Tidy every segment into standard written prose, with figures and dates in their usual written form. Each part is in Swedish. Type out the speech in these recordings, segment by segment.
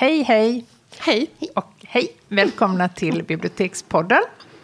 Hej, hej! Hej! Och hej! Välkomna till Bibliotekspodden.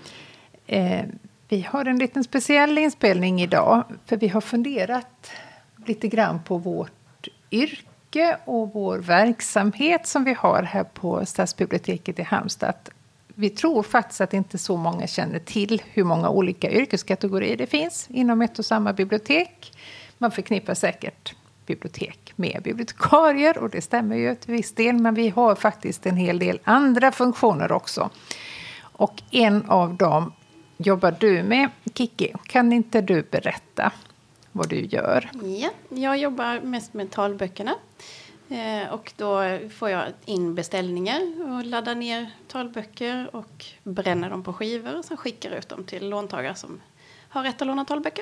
Vi har en liten speciell inspelning idag. För vi har funderat lite grann på vårt yrke och vår verksamhet som vi har här på Stadsbiblioteket i Halmstad. Vi tror faktiskt att inte så många känner till hur många olika yrkeskategorier det finns inom ett och samma bibliotek. Man förknippar säkert bibliotek med bibliotekarier, och det stämmer ju till viss del, men vi har faktiskt en hel del andra funktioner också. Och en av dem jobbar du med, Kiki. Kan inte du berätta vad du gör? Ja, jag jobbar mest med talböckerna. Och då får jag in beställningar och laddar ner talböcker och bränner dem på skivor och sen skickar ut dem till låntagare som har rätt att låna talböcker.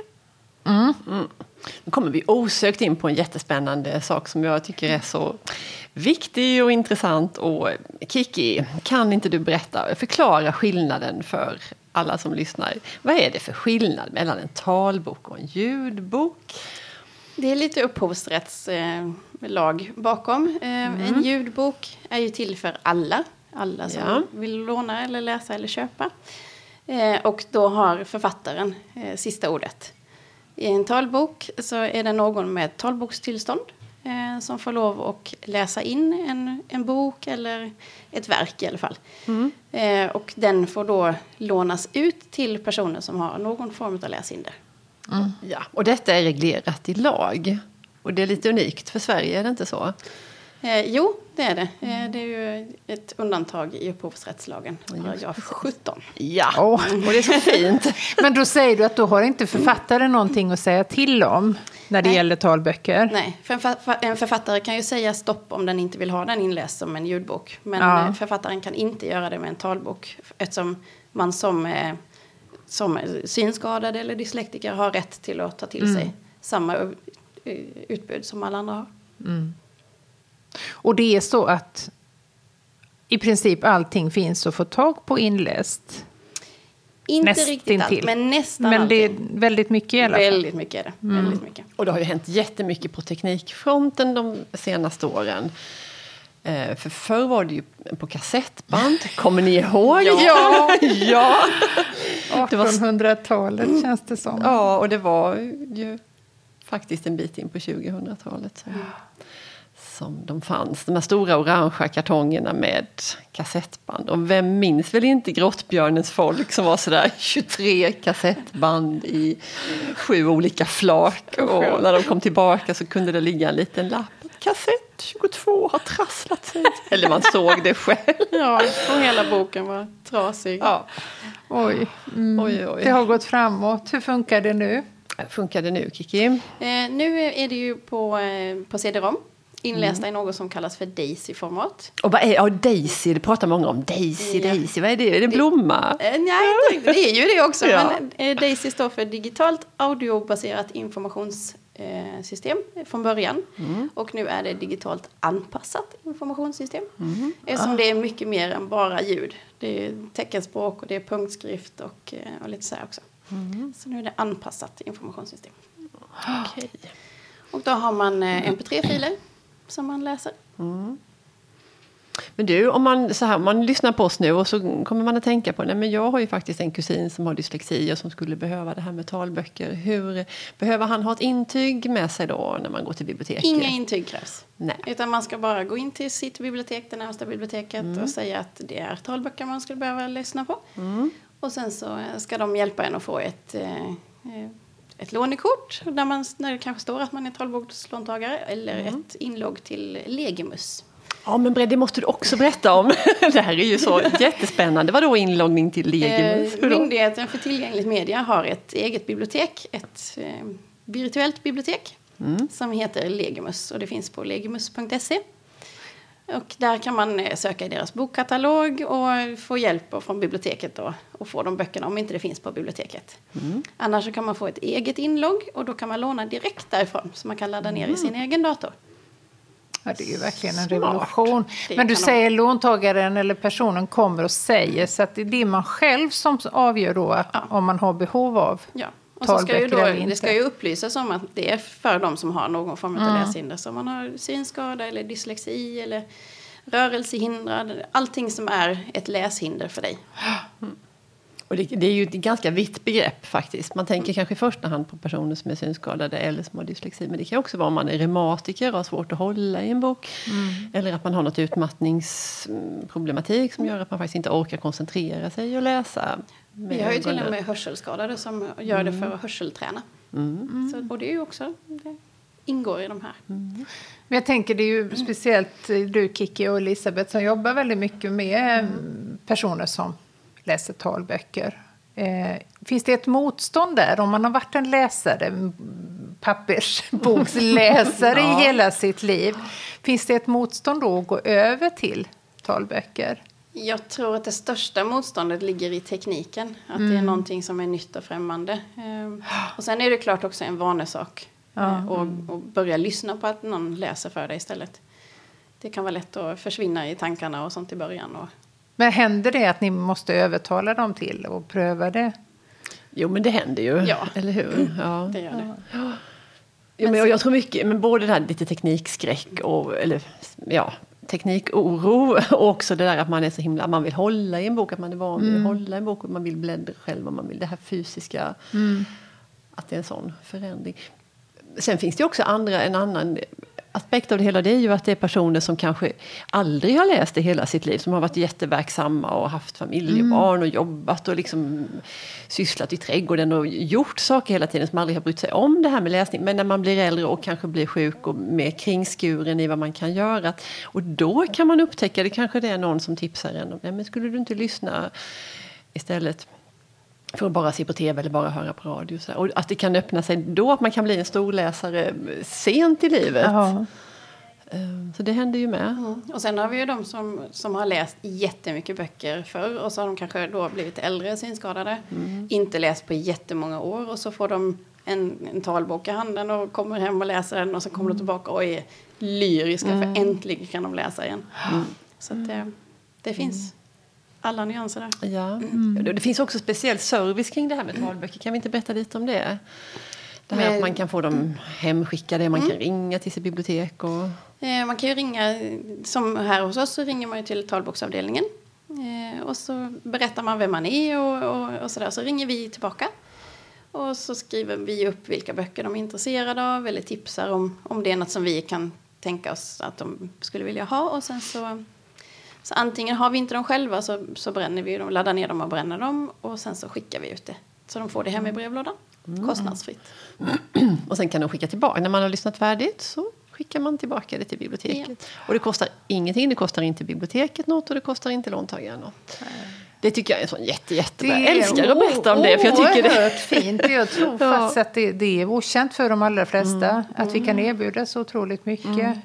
Nu kommer vi osökt in på en jättespännande sak som jag tycker är så viktig och intressant. Och Kiki, kan inte du förklara skillnaden för alla som lyssnar? Vad är det för skillnad mellan en talbok och en ljudbok? Det är lite upphovsrättslag bakom. En ljudbok är ju till för alla som vill låna eller läsa eller köpa. Och då har författaren sista ordet. I en talbok så är det någon med talbokstillstånd som får lov att läsa in en bok eller ett verk i alla fall. Och den får då lånas ut till personer som har någon form av läshinder. Ja, och detta är reglerat i lag. Och det är lite unikt för Sverige, är det inte så? Jo, det är det. Det är ju ett undantag i upphovsrättslagen. Paragraf 17. Ja, och det är så fint. Men då säger du att då har inte författaren någonting att säga till om när det gäller talböcker? Nej, för en författare kan ju säga stopp om den inte vill ha den inläst som en ljudbok. Men författaren kan inte göra det med en talbok eftersom man som synskadad eller dyslektiker har rätt till att ta till sig samma utbud som alla andra har. Och det är så att i princip allting finns att få tag på inläst. Inte riktigt allt, men nästan men allting. Det är väldigt mycket i alla fall. Väldigt mycket är det. Väldigt mycket. Och det har ju hänt jättemycket på teknikfronten de senaste åren. För förr var det ju på kassettband. Kommer ni ihåg? Ja. 1800-talet känns det som. Ja, och det var ju faktiskt en bit in på 2000-talet som de fanns. De här stora orangea kartongerna med kassettband. Och vem minns väl inte Grottbjörnens folk som var sådär 23 kassettband i 7 olika flak. Och när de kom tillbaka så kunde det ligga en liten lapp. Kassett 22 har trasslat sig. Eller man såg det själv. Ja, och hela boken var trasig. Ja. Oj. Oj. Det har gått framåt. Hur funkar det nu? Funkar det nu, Kiki? Nu är det ju på CD-ROM. Inlästa i något som kallas för Daisy-format. Och vad är Daisy? Det pratar många om. Daisy. Vad är det? Är det en blomma? Nej, det är ju det också. Ja. Men Daisy står för digitalt audiobaserat informationssystem från början. Och nu är det digitalt anpassat informationssystem. Eftersom det är mycket mer än bara ljud. Det är teckenspråk och det är punktskrift och lite så här också. Så nu är det anpassat informationssystem. Okej. Och då har man MP3-filer som man läser. Men du, om man lyssnar på oss nu och så kommer man att tänka på, nej men jag har ju faktiskt en kusin som har dyslexi och som skulle behöva det här med talböcker. Hur behöver han ha ett intyg med sig då när man går till biblioteket? Inga intyg krävs. Nej. Utan man ska bara gå in till sitt bibliotek, det närmaste biblioteket och säga att det är talböcker man skulle behöva lyssna på. Och sen så ska de hjälpa en att få ett lånekort där det kanske står att man är talbokslåntagare eller ett inlogg till Legimus. Ja, men det måste du också berätta om. Det här är ju så jättespännande. Vadå inloggning till Legimus? Myndigheten för tillgängligt media har ett eget bibliotek, ett virtuellt bibliotek som heter Legimus och det finns på legimus.se. Och där kan man söka i deras bokkatalog och få hjälp från biblioteket då, och få de böckerna om inte det finns på biblioteket. Annars så kan man få ett eget inlogg och då kan man låna direkt därifrån så man kan ladda ner i sin egen dator. Ja, det är ju verkligen en revolution. Men du säger låntagaren eller personen kommer och säger så att det är man själv som avgör då om man har behov av och så ska ju då, det ska ju upplysas om att det är för de som har någon form av läshinder. Så om man har synskada eller dyslexi eller rörelsehindrad, allting som är ett läshinder för dig. Och det är ju ett ganska vitt begrepp faktiskt. Man tänker kanske i första hand på personer som är synskadade eller som har dyslexi. Men det kan också vara om man är reumatiker och har svårt att hålla i en bok. Eller att man har något utmattningsproblematik som gör att man faktiskt inte orkar koncentrera sig och läsa. Vi har ju till och med hörselskadade som gör det för att hörselträna. Så, och det är ju också, det ingår i de här. Men jag tänker det är ju speciellt du Kiki och Elisabeth som jobbar väldigt mycket med personer som läser talböcker. Finns det ett motstånd där om man har varit en läsare, pappersboksläsare i hela sitt liv? Finns det ett motstånd då att gå över till talböcker? Jag tror att det största motståndet ligger i tekniken. Att det är någonting som är nytt och främmande. Och sen är det klart också en vanesak. Och börja lyssna på att någon läser för dig istället. Det kan vara lätt att försvinna i tankarna och sånt i början. Men händer det att ni måste övertala dem till och pröva det? Jo, men det händer ju. Ja, eller hur? Ja. Det gör det. Jo, men jag tror mycket, men både det här lite teknikskräck och teknikoro och också det där att man är så himla, man vill hålla i en bok, att man är van vid att hålla i en bok och man vill bläddra själv och man vill det här fysiska, att det är en sån förändring. Sen finns det också en annan aspekt av det hela, det är ju att det är personer som kanske aldrig har läst det hela sitt liv, som har varit jätteverksamma och haft familj och barn och jobbat och liksom sysslat i trädgården och gjort saker hela tiden, som aldrig har brytt sig om det här med läsning. Men när man blir äldre och kanske blir sjuk och mer kringskuren i vad man kan göra, och då kan man upptäcka, det kanske det är någon som tipsar en om, men skulle du inte lyssna istället för att bara se på tv eller bara höra på radio. Så och att det kan öppna sig då, att man kan bli en storläsare sent i livet. Så det händer ju med. Och sen har vi ju de som har läst jättemycket böcker förr. Och så har de kanske då blivit äldre synskadade. Inte läst på jättemånga år. Och så får de en talbok i handen och kommer hem och läser den. Och så kommer de tillbaka och är lyriska. För äntligen kan de läsa igen. Så att det finns alla nyanser där. Ja. Det finns också speciell service kring det här med talböcker. Kan vi inte berätta lite om det? Det här att man kan få dem hemskickade, man kan ringa till sitt bibliotek. Och man kan ju ringa, som här hos oss så ringer man ju till talboksavdelningen. Och så berättar man vem man är och sådär. Så ringer vi tillbaka. Och så skriver vi upp vilka böcker de är intresserade av. Eller tipsar om det är något som vi kan tänka oss att de skulle vilja ha. Och sen så antingen har vi inte dem själva så bränner vi dem, laddar ner dem och bränner dem. Och sen så skickar vi ut det. Så de får det hem i brevlådan. Kostnadsfritt. Och sen kan de skicka tillbaka. När man har lyssnat färdigt så skickar man tillbaka det till biblioteket. Ja. Och det kostar ingenting. Det kostar inte biblioteket något och det kostar inte låntagaren något. Jag tycker jag är en sån jättebra. Jag älskar att berätta om det. För jag tycker det är fint. Jag tror faktiskt att det är okänt för de allra flesta. Att vi kan erbjuda så otroligt mycket.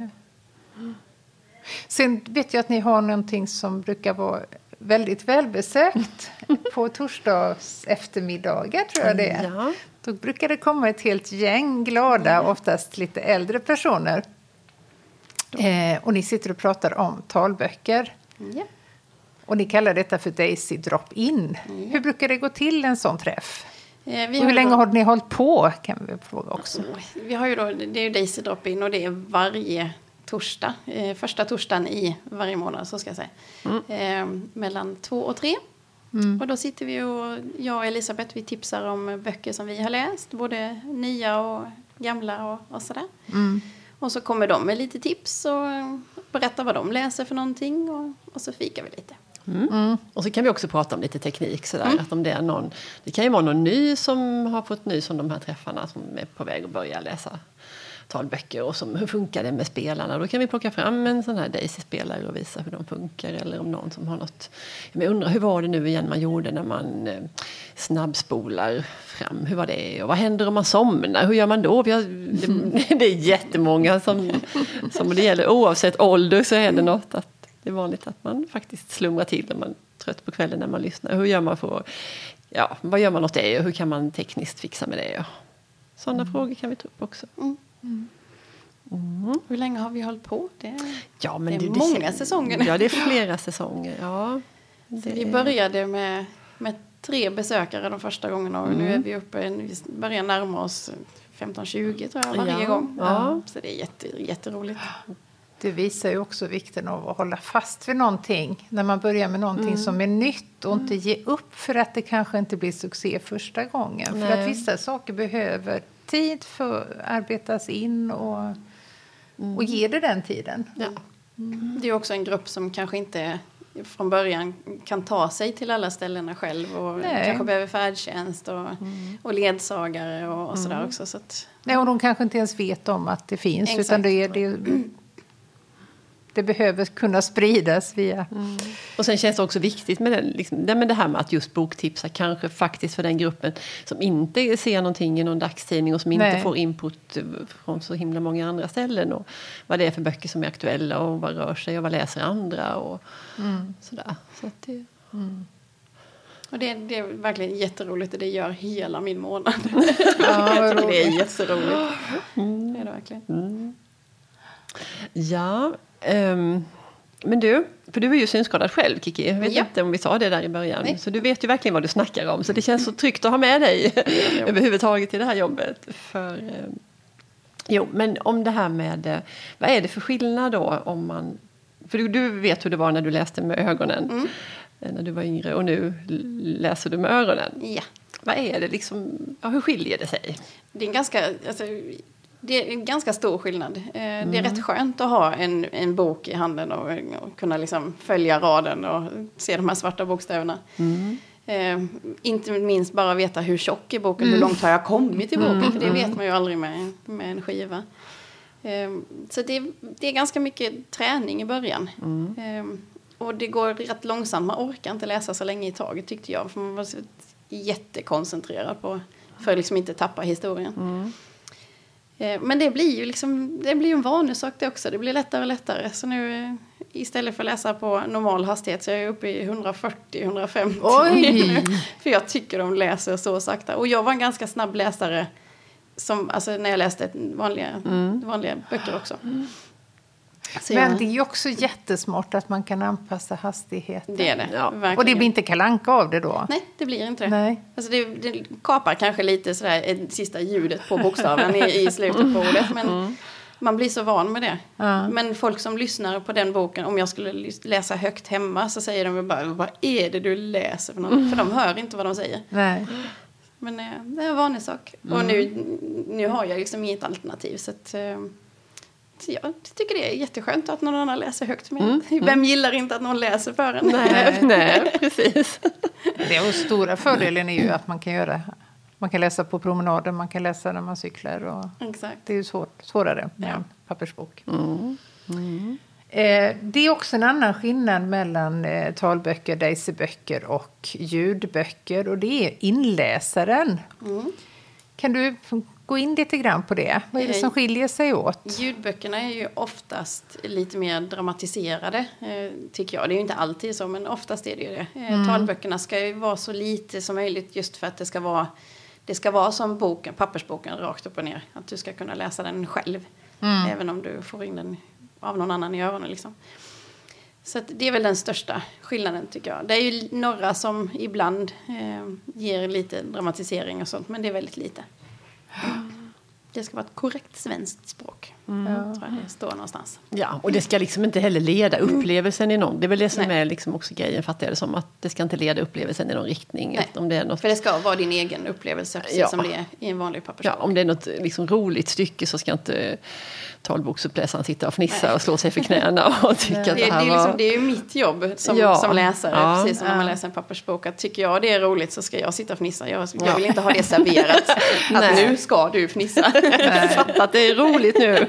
Sen vet jag att ni har någonting som brukar vara väldigt välbesökt på torsdags eftermiddagar, tror jag det är. Ja. Då brukar det komma ett helt gäng glada, oftast lite äldre personer. Och ni sitter och pratar om talböcker. Ja. Och ni kallar detta för Daisy Drop-In. Hur brukar det gå till en sån träff? Och hur länge har ni hållit på, kan vi fråga också. Vi har ju då, det är ju Daisy Drop-In och det är varje torsdag. Första torsdagen i varje månad, så ska jag säga. Mellan 2 och 3. Och då sitter vi och jag och Elisabeth, vi tipsar om böcker som vi har läst. Både nya och gamla och sådär. Och så kommer de med lite tips och berättar vad de läser för någonting. Och så fikar vi lite. Och så kan vi också prata om lite teknik. Sådär, att om det är någon, det kan ju vara någon ny som har fått nys om de här träffarna, som är på väg att börja läsa talböcker, och hur funkar det med spelarna. Då kan vi plocka fram en sån här Daisy-spelare och visa hur de funkar. Eller om någon som har något. Jag undrar, hur var det nu igen man gjorde när man snabbspolar fram? Hur var det? Och vad händer om man somnar? Hur gör man då? Det är jättemånga som det gäller. Oavsett ålder så är det något att det är vanligt att man faktiskt slumrar till när man är trött på kvällen när man lyssnar. Hur gör man vad gör man åt det? Och hur kan man tekniskt fixa med det? Sådana frågor kan vi ta upp också. Hur länge har vi hållit på? Det är många säsonger. Ja, det är flera säsonger. Ja, vi började med 3 besökare de första gångerna. Och nu är vi uppe, vi börjar närma oss 15-20 tror jag varje gång. Ja. Så det är jätteroligt. Det visar ju också vikten av att hålla fast vid någonting. När man börjar med någonting som är nytt och inte ge upp för att det kanske inte blir succé första gången. Nej. För att vissa saker behöver tid för att arbetas in och ge det den tiden. Ja. Det är också en grupp som kanske inte från början kan ta sig till alla ställena själv och kanske behöver färdtjänst och ledsagare och sådär också. Så att, Nej, och de kanske inte ens vet om att det finns. Exakt. Utan det behöver kunna spridas via... Och sen känns det också viktigt med det här med att just boktipsa kanske faktiskt för den gruppen som inte ser någonting i någon dagstidning och som inte får input från så himla många andra ställen och vad det är för böcker som är aktuella och vad rör sig och vad läser andra och sådär. Så att det... Och det är verkligen jätteroligt och det gör hela min månad. Ja, jag tycker det är jätteroligt. Det är det verkligen. Ja, men för du är ju synskadad själv, Kiki. Jag vet inte om vi sa det där i början. Nej. Så du vet ju verkligen vad du snackar om. Så det känns så tryggt att ha med dig överhuvudtaget i det här jobbet. Men om det här med, vad är det för skillnad då om man... För du vet hur det var när du läste med ögonen när du var yngre och nu läser du med öronen. Ja. Vad är det liksom, hur skiljer det sig? Det är en ganska stor skillnad. Det är rätt skönt att ha en bok i handen och kunna liksom följa raden och se de här svarta bokstäverna. Inte minst bara veta hur tjock är boken, hur långt har jag kommit i boken, för det vet man ju aldrig med en skiva. Så det är ganska mycket träning i början. Och det går rätt långsamt, man orkar inte läsa så länge i taget tyckte jag, för man var så jättekoncentrerad på för att liksom inte tappa historien. Men det blir ju en vanesak det också. Det blir lättare och lättare. Så nu istället för att läsa på normal hastighet så är jag uppe i 140-150. Oj! För jag tycker de läser så sakta. Och jag var en ganska snabb läsare när jag läste vanliga böcker också. Men det är ju också jättesmart att man kan anpassa hastigheten. Det är det, verkligen. Och det blir inte kalanka av det då? Nej, det blir inte det. Nej. Alltså det kapar kanske lite sådär sista ljudet på bokstaven i slutet på ordet. Men man blir så van med det. Men folk som lyssnar på den boken, om jag skulle läsa högt hemma så säger de bara, vad är det du läser för något? För de hör inte vad de säger. Nej. Men det är en vanlig sak. Och nu har jag liksom inget alternativ. Så att, jag tycker det är jätteskönt att någon annan läser högt med. Vem gillar inte att någon läser för en? Nej, precis. Den stora fördelen är ju att man kan läsa på promenader, man kan läsa när man cyklar. Och Exakt. det är ju svårare med en pappersbok. Det är också en annan skillnad mellan talböcker, daisyböcker och ljudböcker. Och det är inläsaren. Kan du gå in lite grann på det? Vad är det som skiljer sig åt? Ljudböckerna är ju oftast lite mer dramatiserade, tycker jag. Det är ju inte alltid så, men oftast är det ju det. Talböckerna ska ju vara så lite som möjligt just för att det ska vara som pappersboken rakt upp och ner. Att du ska kunna läsa den själv. Även om du får in den av någon annan i öronen liksom. Så att det är väl den största skillnaden tycker jag. Det är ju några som ibland ger lite dramatisering och sånt, men det är väldigt lite. Det ska vara ett korrekt svenskt språk. Tror jag det står någonstans. Ja, och det ska liksom inte heller leda upplevelsen i någon. Det är väl det som är liksom också grejen, fattar jag det som. Att det ska inte leda upplevelsen i någon riktning. Om det är något... För det ska vara din egen upplevelse, precis som det är i en vanlig pappersbok. Ja, om det är något liksom roligt stycke så ska inte talboksuppläsaren sitta och fnissa och slå sig för knäna och tycka att det här var... Det är ju mitt jobb som läsare, precis som när man läser en pappersbok. Att tycker jag det är roligt så ska jag sitta och fnissa. Jag vill inte ha det serverat. Att nu ska du fnissa. Fatta att det är roligt nu.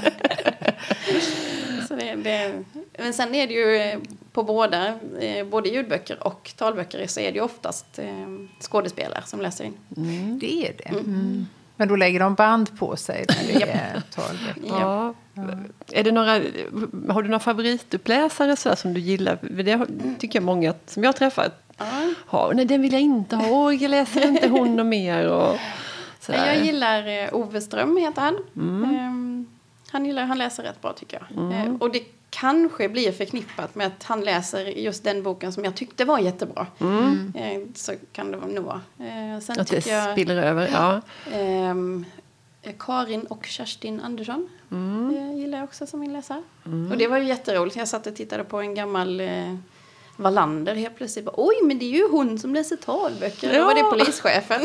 Så men sen är det ju på både ljudböcker och talböcker så är det ju oftast skådespelare som läser in. Det är det. Men då lägger de band på sig när det är talböcker. Ja. Är det har du några favorituppläsare så som du gillar? Det tycker jag många som jag har träffat har. Nej, den vill jag inte ha. Jag läser inte hon och mer. Och jag gillar Ove Ström heter han. Han läser rätt bra tycker jag. Och det kanske blir förknippat med att han läser just den boken som jag tyckte var jättebra. Så kan det nog vara. Sen att det spiller över, Karin och Kerstin Andersson gillar jag också som inläsare. Och det var ju jätteroligt. Jag satt och tittade på en gammal Wallander helt plötsligt. Bara, oj, men det är ju hon som läser talböcker. Då var det polischefen.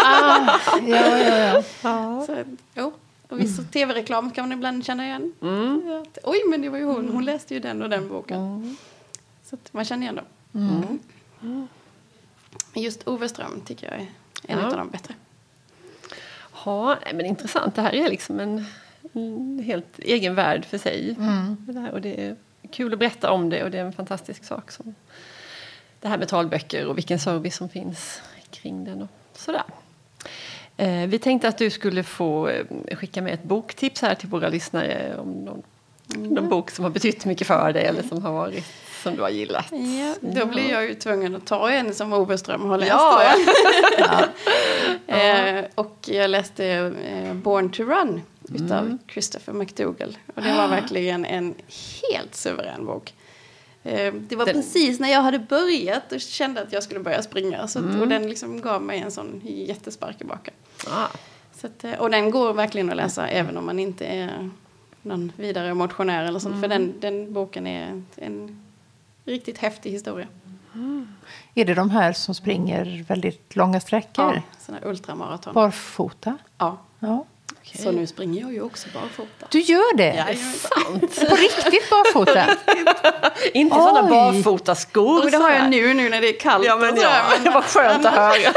Ja. Så, jo. Och vissa tv-reklam kan man ibland känna igen. Oj, men det var ju hon. Hon läste ju den och den boken. Så att man känner igen dem. Men just Ove Ström tycker jag är en av de bättre. Ja, men intressant. Det här är liksom en helt egen värld för sig. Och det är kul att berätta om det och det är en fantastisk sak som det här med talböcker och vilken service som finns kring den och sådär. Vi tänkte att du skulle få skicka med ett boktips här till våra lyssnare om någon bok som har betytt mycket för dig eller som har varit som du har gillat. Ja, då blir jag ju tvungen att ta en som Ove Ström har läst. Och jag läste Born to Run utav Christopher McDougall. Och det var verkligen en helt suverän bok. Det var precis när jag hade börjat och kände att jag skulle börja springa. Så och den liksom gav mig en sån jättespark i baken. Så att, och den går verkligen att läsa även om man inte är någon vidare motionär eller sånt. För den boken är en riktigt häftig historia. Är det de här som springer väldigt långa sträckor? Ja, sådana ultramaraton. Barfota? Ja. Okay. Så nu springer jag ju också barfota. Du gör det? Ja, sant. På riktigt barfota? Inte sådana barfotaskor. Och det har jag nu när det är kallt. Ja, men det var skönt att höra.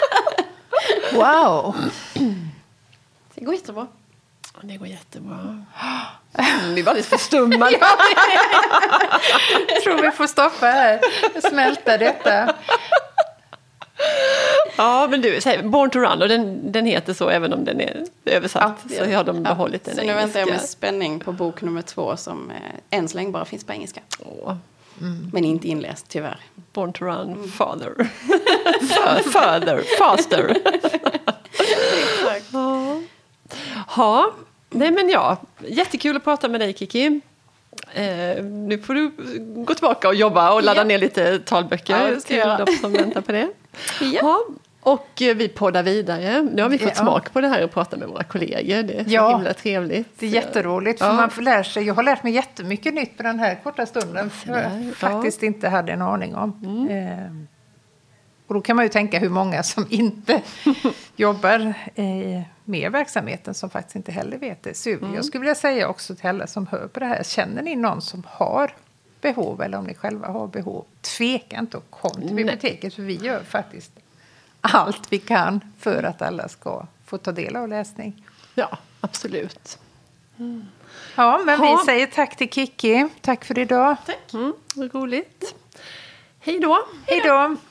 Wow. Det går jättebra. Det går jättebra. Vi var lite förstummade. Jag tror vi får stoppa här. Smälta detta. Ja, men du, säg Born to Run och den heter så även om den är översatt. Så har de behållit den så engelska. Nu väntar jag med spänning på bok nummer 2 som än så länge bara finns på engelska. Men inte inläst, tyvärr. Born to Run, Father. Faster. Ja, nej men jättekul att prata med dig, Kiki. Nu får du gå tillbaka och jobba och ladda ner lite talböcker till de som väntar på det. Ja. Och vi poddar vidare. Nu har vi fått smak på det här och prata med våra kollegor. Det är så himla trevligt. Det är jätteroligt för man får lära sig. Jag har lärt mig jättemycket nytt på den här korta stunden. Jag faktiskt inte hade en aning om. Och då kan man ju tänka hur många som inte jobbar med verksamheten som faktiskt inte heller vet det. Så jag skulle vilja säga också till alla som hör på det här. Känner ni någon som har behov eller om ni själva har behov, tveka inte och kom till biblioteket. För vi gör faktiskt allt vi kan för att alla ska få ta del av läsning. Ja, absolut. Ja, men vi säger tack till Kiki. Tack för idag. Tack. Vad roligt. Hej då. Hej då.